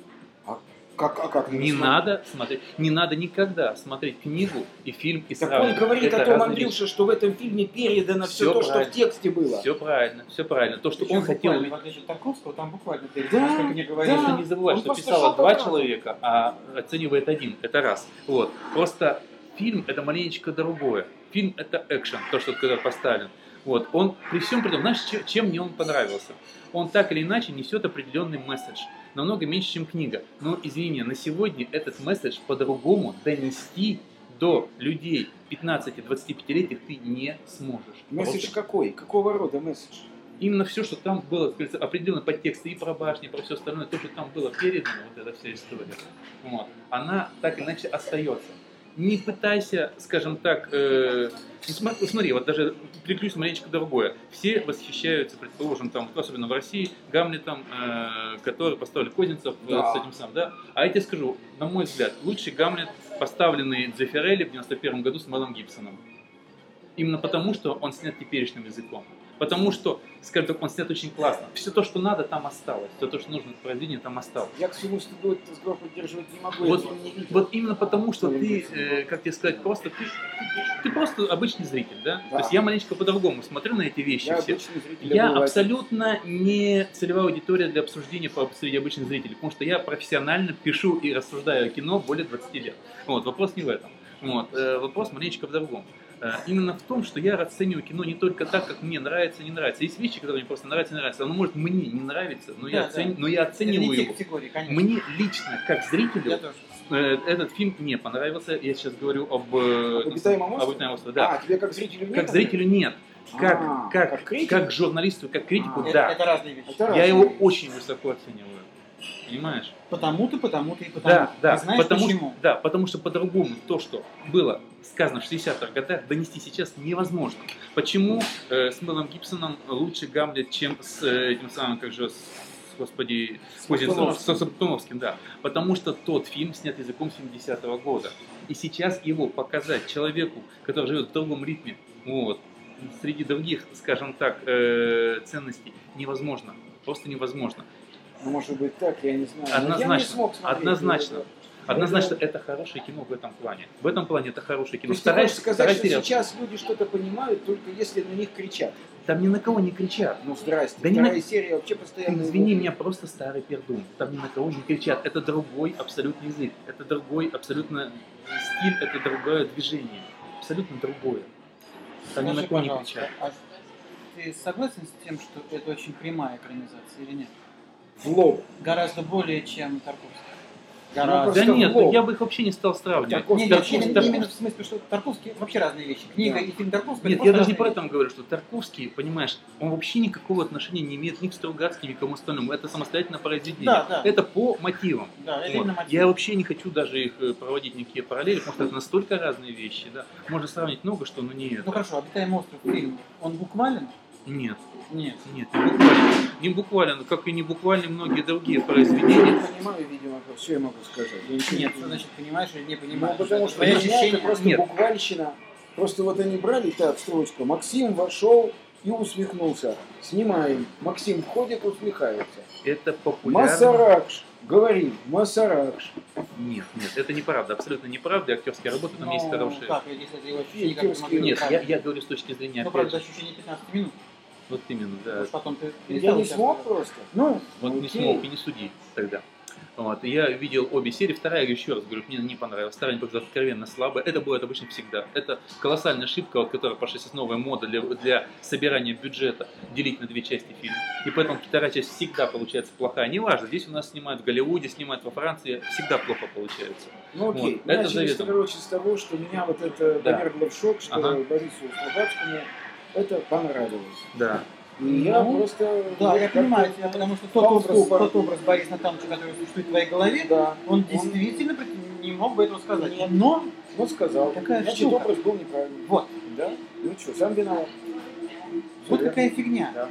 Как Не надо смотреть. Не надо никогда смотреть книгу и фильм и Так сравнивать. он говорит Это о том, разные Андрюша, что в этом фильме передано все Всё то, что правильно. в тексте было. Все правильно, все правильно. То, что Причем он хотел... буквально, в отличие от Тарковского, там буквально перед Да, насколько мне говорили. да. Просто не забывай, Он что просто писало шел два по человека, а оценивает один. Это раз. Вот. Просто фильм это маленечко другое. Фильм это экшен, то, что когда поставлен. Вот. Он при всем при том, знаешь, чем мне он понравился? Он так или иначе несет определенный месседж. Намного меньше, чем книга. Но, извини, на сегодня этот месседж по-другому донести до людей 15-25-летних ты не сможешь. Месседж Просто. какой? Какого рода месседж? Именно все, что там было, как говорится, определенный подтекст и про башни, и про все остальное, то, что там было передано, вот эта вся история, вот, она так или иначе остается. Не пытайся, скажем так, смотри, вот даже переключусь маленечко другое. Все восхищаются, предположим, там, особенно в России, Гамлетом, который поставили Козинцев Да. с этим самым, да? А я тебе скажу, на мой взгляд, лучший Гамлет, поставленный Дзеффирелли в 91 году с Мелом Гибсоном. Именно потому, что он снят теперешним языком. Потому что, скажем так, он снят очень классно. Все то, что надо, там осталось. Все то, что нужно в произведении, там осталось. Я к всему стыду этот разговор поддерживать не могу, Вот, я фильм не видел. вот именно потому, что Мелом ты, Гибсоном. как тебе сказать, просто ты просто обычный зритель, да? Да. То есть я маленечко по-другому смотрю на эти вещи Я все. обычный зритель. Я обыватель. абсолютно не целевая аудитория для обсуждения среди обычных зрителей, потому что я профессионально пишу и рассуждаю о кино более 20 лет. Вот, вопрос не в этом. Вот, вопрос маленечко в другом. Именно в том, что я расцениваю кино не только так, как мне нравится, не нравится. Есть вещи, которые мне просто нравятся, не нравятся. Оно может мне не нравиться, но я оцениваю его. Категории, конечно. Мне лично, как зрителю, Я тоже. этот фильм не понравился. Я сейчас говорю об «Обитаемом острове»? «Обитаемом острове», да. тебе как зрителю нет? Как зрителю нет. как критик? Как журналисту, как критику, да. Это разные вещи. Это Я разные его вещи. очень высоко оцениваю. Понимаешь? Потому-то и потому. Да, Ты знаешь потому, почему? потому что по-другому то, что было сказано в 60-х годах, донести сейчас невозможно. Почему с Мелом Гибсоном лучше Гамлет, чем с этим самым, господи, с Артуновским, да. Потому что тот фильм снят языком 70-го года. И сейчас его показать человеку, который живет в другом ритме, вот, среди других, скажем так, ценностей, невозможно. Просто невозможно. Ну, может быть так, я не знаю. Однозначно. Я не смог смотреть. Однозначно. Однозначно, это хорошее кино в этом плане. В этом плане это хорошее То кино. есть ты хочешь сказать, что серия. сейчас люди что-то понимают, только если на них кричат. Там ни на кого не кричат. Ну, здрасте. Да не Вторая на- серия вообще постоянно... Извини меня, просто старый пердун. Там ни на кого не кричат. Это другой абсолютно язык. Это другой абсолютно стиль, это другое движение. Абсолютно другое. Там ни на Скажи, кого не пожалуйста, кричат. а ты согласен с тем, что это очень прямая экранизация или нет? В лоб. Гораздо более, чем Тарковский. Ну, Да просто нет, в лоб. я бы их вообще не стал сравнивать. Тарковский- Нет, Тарковский- нет, именно в смысле, что Тарковский вообще разные вещи. Книга Да. и фильм Тарковского. Нет, это я просто даже не разные про вещи. это говорю, что Тарковский, понимаешь, он вообще никакого отношения не имеет ни к Стругацким, ни к кому остальному. Это самостоятельное произведение. Да. Это по мотивам. Да, это Вот. именно мотив. Я вообще не хочу даже их проводить никакие параллели, потому что это настолько разные вещи, да. Можно сравнить много что, но не Ну это. хорошо, «Обитаемый остров» фильм, он буквален? Нет, Нет. не буквально. Не буквально, как и не буквально многие другие Я произведения. не понимаю, видимо, все я могу сказать. Я ничего Нет, не что понимаю. значит понимаешь или не Ну, понимаешь? потому что Твои для меня это ощущения. просто Нет. буквальщина. Просто вот они брали так, строчка. Максим вошел и усмехнулся. Снимаем. Максим входит, усмехается. Это популярно. Масаракш. Говори, Масаракш. Нет, это неправда, абсолютно неправда. И актерские работы там есть хорошие. Как, если это его ощущение, как Актерские- ты могли Нет, правильно? я говорю с точки зрения, Ну, опять правда, же, ощущение 15 минут. вот именно, да. Потому что потом ты Я перестал не участвовать. смог просто. Ну, Вот не окей. смог и не суди тогда. Вот. И я видел обе серии. Вторая, еще раз говорю, мне не понравилась. Вторая мне показалась откровенно слабая. Это бывает обычно всегда. Это колоссальная ошибка, вот, которая пошла сейчас новая мода для собирания бюджета, делить на две части фильма. И поэтому вторая часть всегда получается плохая. Неважно, здесь у нас снимают в Голливуде, снимают во Франции, всегда плохо получается. Ну окей. Вот, Мы это начали, заведомо. короче, с того, что меня вот это Да. повергло в шок, что Ага. Борису Слободскому это понравилось. Да. И я Ну, просто... да, вот я как-то понимаю тебя, потому что ползком тот образ Бориса Натановича, который существует в твоей голове, Да. он действительно не мог бы этого сказать. Нет. Но, Вот сказал. Какая Значит, штука. образ был неправильный. вот, Да? Ну что, сам виноват. вот Всё какая верно. фигня. Да.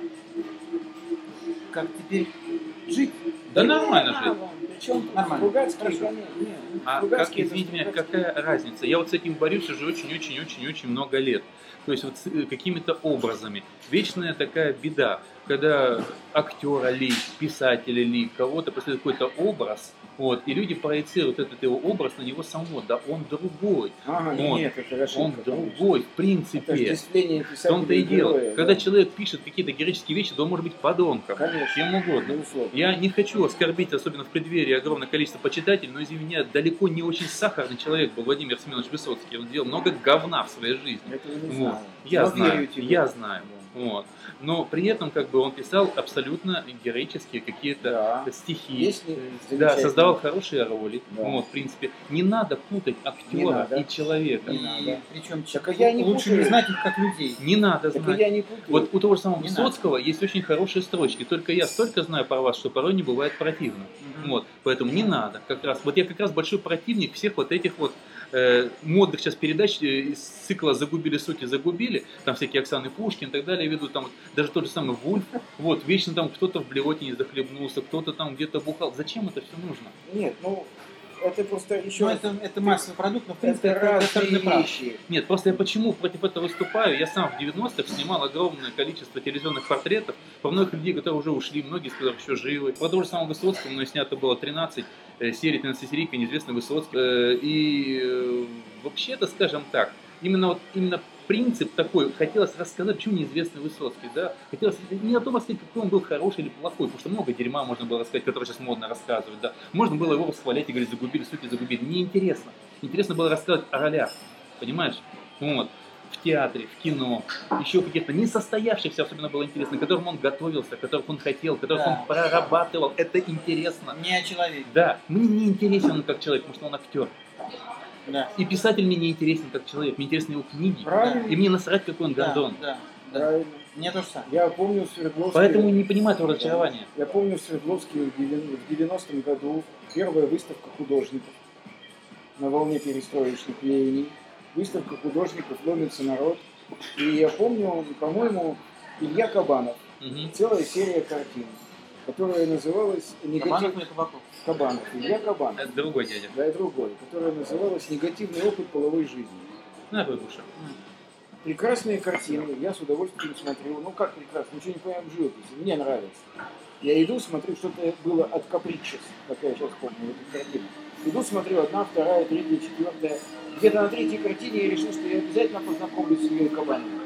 Как теперь жить? Да нормально же. Причем Нормально. Стругацкий, Хорошо. нет, А как, Стругацкий это извините меня, Стругацкий. какая разница? Я вот с этим борюсь уже очень-очень-очень-очень много лет. То есть вот с какими-то образами. Вечная такая беда, когда актера ли, писателя ли, кого-то преследует какой-то образ, вот, и люди проецируют этот его образ на него самого. Да он другой. Ага, Вот. нет, это ошибка. Он конечно. другой, в Это принципе. отождествление В писателя том-то и дело. героя, Когда да. человек пишет какие-то героические вещи, то он может быть подонком. Конечно. Чем угодно. Безусловно. Я не хочу оскорбить, особенно в преддверии, огромное количество почитателей, но, извини меня, далеко не очень сахарный человек был Владимир Семенович Высоцкий. Он делал много говна в своей жизни. Этого не Вот. знаю. Я Но знаю, верю тебе. я знаю. Вот. Но при этом как бы он писал абсолютно героические какие-то Да. стихи. Песни Да, замечательные. создавал хорошие роли. Да. Вот, в принципе. Не надо путать Не актера надо. и человека. И надо. причем Так, а я не лучше путаю. не знать их как людей. Не надо Так и знать. я не путаю. Вот у того же самого Не Высоцкого есть очень хорошие строчки. Только я столько знаю про вас, что порой не бывает противно. Мгм. Вот, поэтому не надо. Как раз. Вот я как раз большой противник всех вот этих вот модных сейчас передач из цикла «Загубили суть и загубили». Там всякие Оксаны Пушкин и так далее ведут. Там вот, даже тот же самый Вульф. Вот, вечно там кто-то в блевотине захлебнулся, кто-то там где-то бухал. Зачем это все нужно? Нет, ну, это просто еще Ну, раз, это массовый продукт, но в принципе это это разные абсолютно прав. вещи. Нет, просто я почему против этого выступаю? Я сам в 90-х снимал огромное количество телевизионных портретов про многих людей, которые уже ушли, многие из которых еще живы. Про того же самого Высоцкого мной снято было 13 серий, 13 серий, неизвестный Высоцкий. Вообще-то, скажем так, именно принцип такой, хотелось рассказать, почему неизвестный Высоцкий, да, хотелось не о том рассказать, какой он был хороший или плохой, потому что много дерьма можно было рассказать, которое сейчас модно рассказывать, да, можно было его восхвалять и говорить, загубили суть и загубили, неинтересно, интересно было рассказывать о ролях, понимаешь, вот. в театре, в кино, еще каких-то несостоявшихся особенно было интересно, к которым он готовился, которых он хотел, которых Да. он прорабатывал. Это интересно. Не о человеке. Да, мне не интересен он как человек, потому что он актер. Да. И писатель мне не интересен как человек, мне интересны его книги. Правильно. И мне насрать, какой он Гордон. Да, да. Правильно. Мне тоже самое. Я помню в Свердловске... Поэтому не понимаю твоего разочарования. Я помню в Свердловске в 90-м году первая выставка художников на волне перестроечных веяний. Выставка художников «Ломится народ». И я помню, по-моему, Илья Кабанов. Мгм. Целая серия картин, которая называлась Кабанов или Кабаков? Кабанов. Илья Кабанов. Это другой дядя. Да, и другой, которая называлась «Негативный опыт половой жизни». На твою душу. Прекрасные картины, я с удовольствием смотрю. Ну как прекрасно, ничего не понимаю в живописи, мне нравится. Я иду, смотрю, что-то было от Capriccious, как я сейчас помню, эту картину. Иду, смотрю, 1, 2, 3, 4. Где-то на 3-й картине я решил, что я обязательно познакомлюсь с Ильей Кабановым.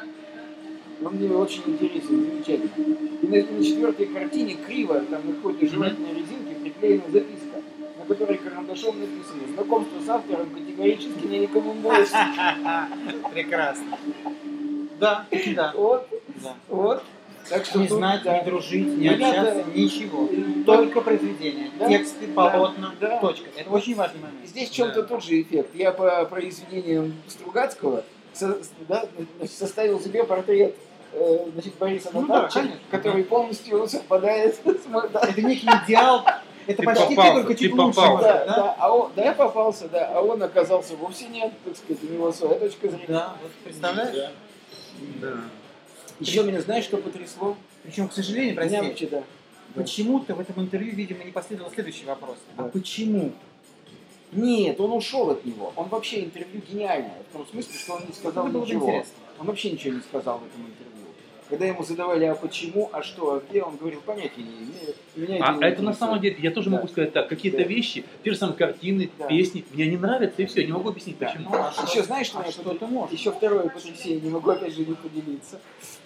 Он мне очень интересен, замечательно. И на 4-й картине криво, там на какой-то жевательной резинке приклеена записка, на которой карандашом написано: «Знакомство с автором категорически не рекомендуется». Прекрасно. Да, да. Вот, Да. вот. Так что Не тут, знать, да. не дружить, не Ребята, общаться, ничего. да. Только произведения, Да. тексты, Да. полотна, Да. точка. Это очень важный момент. Здесь в чем-то тот же эффект. Я по произведениям Стругацкого составил себе портрет Бориса Ну да, Натановича, конечно. который полностью совпадает с моим. Да, Это некий идеал. Это Ты почти попался, только чуть ты лучше. попался. может, да, да, я попался, да, а он оказался вовсе нет, так сказать, у него своя точка зрения. Да, вот представляешь? Да. Еще меня, знаешь, что потрясло? Причем, к сожалению, прости, Меня вообще, да. почему-то в этом интервью, видимо, не последовал следующий вопрос. Да. А почему? Нет, он ушел от него. Он вообще интервью гениальное. В том смысле, что он не сказал Это было бы ничего. интересно. Он вообще ничего не сказал в этом интервью. Когда ему задавали, а почему, а что, а где, он говорил, понятия не имею. Меня А не это на интересует. самом деле, я тоже Да. могу сказать так, какие-то Да. вещи, те же самые картины, Да. песни, мне не нравятся, и все, я не могу объяснить Да. почему. Еще знаешь, что, А что ты можешь? Еще второе потрясение, не могу опять же не поделиться.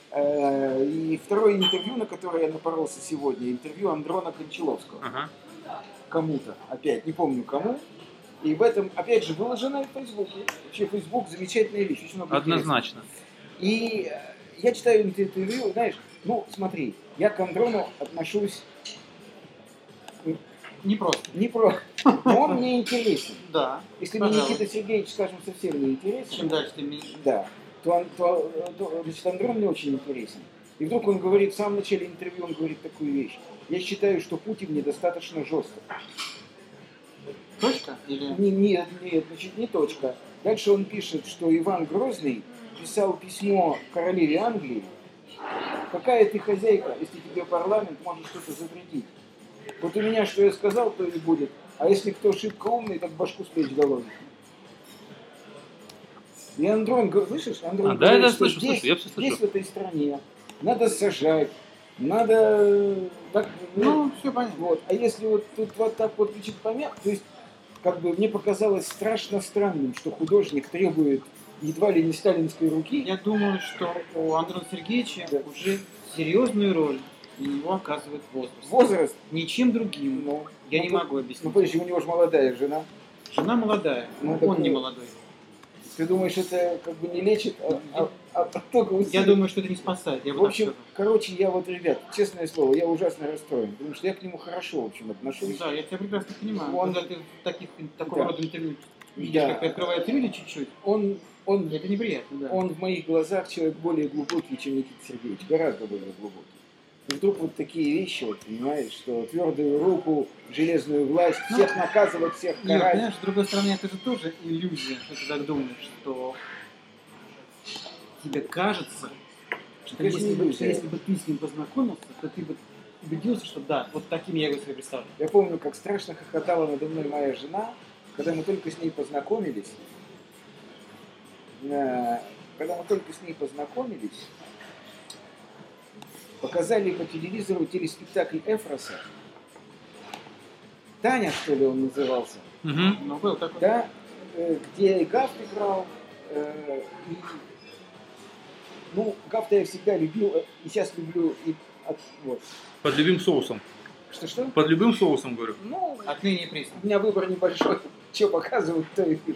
И второе интервью, на которое я напоролся сегодня, интервью Андрона Кончаловского. Ага. Кому-то, опять, не помню кому. И в этом, опять же, выложено в Фейсбуке. Вообще, Фейсбук замечательная вещь, очень много Однозначно. интересного. И я читаю интервью, знаешь, ну, смотри, я к Андрону отношусь Не просто. не про... Но он мне интересен. Да. Если мне Пожалуй. Никита Сергеевич, скажем, совсем не интересен, Чем дальше, тем меньше. да, то, значит, Андрон мне очень интересен. И вдруг он говорит, в самом начале интервью он говорит такую вещь. Я считаю, что Путин недостаточно жесток. Точка? Или... Нет, значит, не точка. Дальше он пишет, что Иван Грозный писал письмо королеве Англии. Какая ты хозяйка, если тебе парламент может что-то запретить? Вот у меня, что я сказал, то и будет. А если кто шибко умный, так башку с плеч доложит. И Андрон, слышишь? Андрон Да, говорит, да, что слышу, здесь, слышу, я все здесь, слышу. в этой стране, надо сажать, надо... Так, Ну, все понятно. вот. А если вот тут вот так вот чуть помяк, то есть, как бы мне показалось страшно странным, что художник требует едва ли не сталинской руки. Я думаю, что у Андрея Сергеевича Да. уже серьезную роль на него оказывает возраст. Возраст, Ничем другим. ну, Я ну, не по- могу Ну, объяснить. подожди, у него же молодая жена. Жена молодая, Ну, он так не и- молодой. Ты думаешь, это как бы не лечит, а только Я усиливает? думаю, что это не спасает. Я В бы так общем, сказал. короче, я вот, ребят, честное слово, я ужасно расстроен, потому что я к нему хорошо, в общем, отношусь. Да, я тебя прекрасно понимаю. Он- Когда ты в такого Да. рода интервью видишь, Да. как приоткрывает люди чуть-чуть, Он, это неприятно, да. он в моих глазах человек более глубокий, чем Никита Сергеевич, гораздо более глубокий. И вдруг вот такие вещи, вот, понимаешь, что твердую руку, железную власть, всех наказывать, всех Нет, карать. понимаешь, с другой стороны, это же тоже иллюзия, что ты так думаешь, что тебе кажется, что Это же если бы, иллюзия. если бы ты с ним познакомился, то ты бы убедился, что да, вот таким я его себе представляю. Я помню, как страшно хохотала надо мной моя жена, когда мы только с ней познакомились. Показали по телевизору телеспектакль Эфроса. Таня, что ли, он назывался. Мгм. Ну, был такой. Да, где и Гафт играл. И, ну, Гафта я всегда любил, и сейчас люблю. Вот. Под любым соусом. Что-что? Под любым соусом, говорю. Ну, Отныне и присно. у меня выбор небольшой. Что показывают, то и вижу.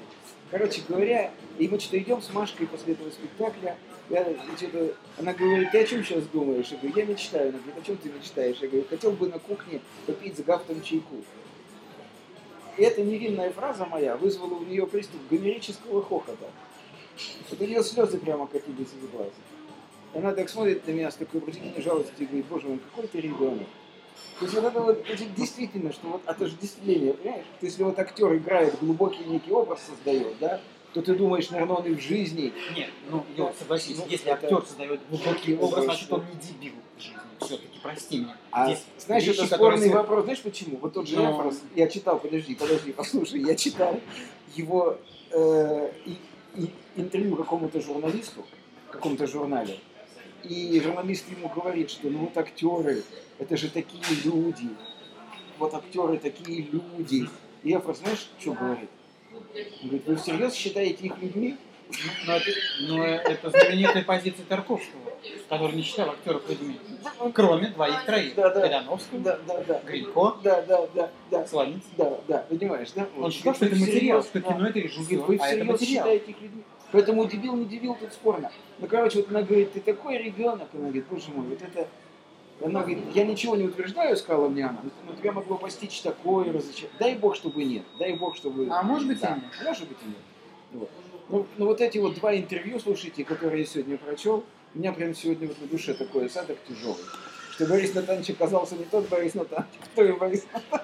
Короче говоря, и мы что-то идем с Машкой после этого спектакля. Она говорит, ты о чем сейчас думаешь? Я говорю, я мечтаю. Она говорит, о чем ты мечтаешь? Я говорю, хотел бы на кухне попить с Гафтом чайку. И эта невинная фраза моя вызвала у нее приступ гомерического хохота. Вот у нее слезы прямо катились из глаз. И она так смотрит на меня с такой противной жалостью и говорит, боже мой, какой ты ребенок. То есть вот это вот действительно, что вот отождествление, понимаешь? То есть если вот актер играет, глубокий некий образ создает, да, то ты думаешь, наверное, он и в жизни. Нет, ну я согласен, если актер создает глубокий образ, значит он не дебил в жизни. Все-таки, прости меня. Здесь знаешь, вещи, это спорный вопрос. Знаешь почему? Вот тот же Эфрос, я читал, подожди, послушай, я читал его интервью какому-то журналисту, в каком-то журнале. И журналист ему говорит, что ну вот актеры, это же такие люди. Вот актеры такие люди. И Эфрос, знаешь, что говорит? Он говорит, вы всерьез считаете их людьми? Но это знаменитая позиция Тарковского, который не считал актеров людьми. Кроме двоих-троих. Гряновского, Гринько, Славинец. Да, понимаешь, да? Он считал, что это материал, что кино это режиссер, вы всерьез считаете их людьми? Поэтому дебил, не дебил, тут спорно. Ну, короче, вот она говорит, ты такой ребенок. Она говорит, боже мой, вот это... Она говорит, я ничего не утверждаю, сказала мне она, но тебя могло постичь такое разочарование. Дай Бог, чтобы нет. Дай Бог, чтобы... А может быть, да. и нет. Может быть, и нет. Вот. Ну, вот эти вот два интервью, слушайте, которые я сегодня прочел, у меня прям сегодня вот на душе такой осадок тяжелый. Что Борис Натанович оказался не тот Борис Натанович, кто и Борис Натанович.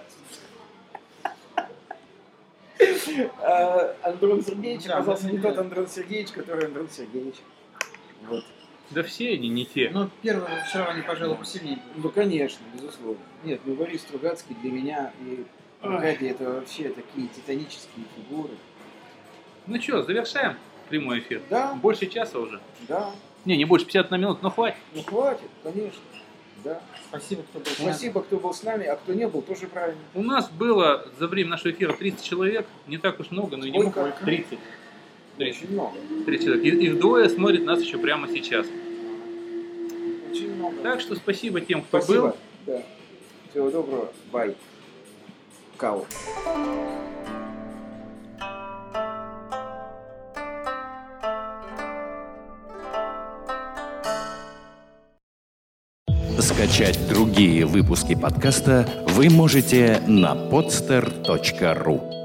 Андрон Сергеевич оказался не тот Андрон Сергеевич, который Андрон Сергеевич. Вот. Да все они не те. Но первое разочарование, пожалуй, посильнее. Ну, конечно, безусловно. Нет, ну Борис Стругацкий для меня и Аркадий это вообще такие титанические фигуры. Ну что, завершаем прямой эфир? Да. Больше часа уже? Да. Не больше 50 на минут, но хватит. Ну, хватит, конечно. Да. Спасибо, кто был с нами. Спасибо, кто был с нами, а кто не был, тоже правильно. У нас было за время нашего эфира 30 человек. Не так уж много, но и не много. 30. Очень много. 30 человек. Их двое смотрят нас еще прямо сейчас. Очень много. Так что спасибо тем, кто спасибо. был. Да. Всего доброго. Бай. Кау. Скачать другие выпуски подкаста вы можете на podster.ru.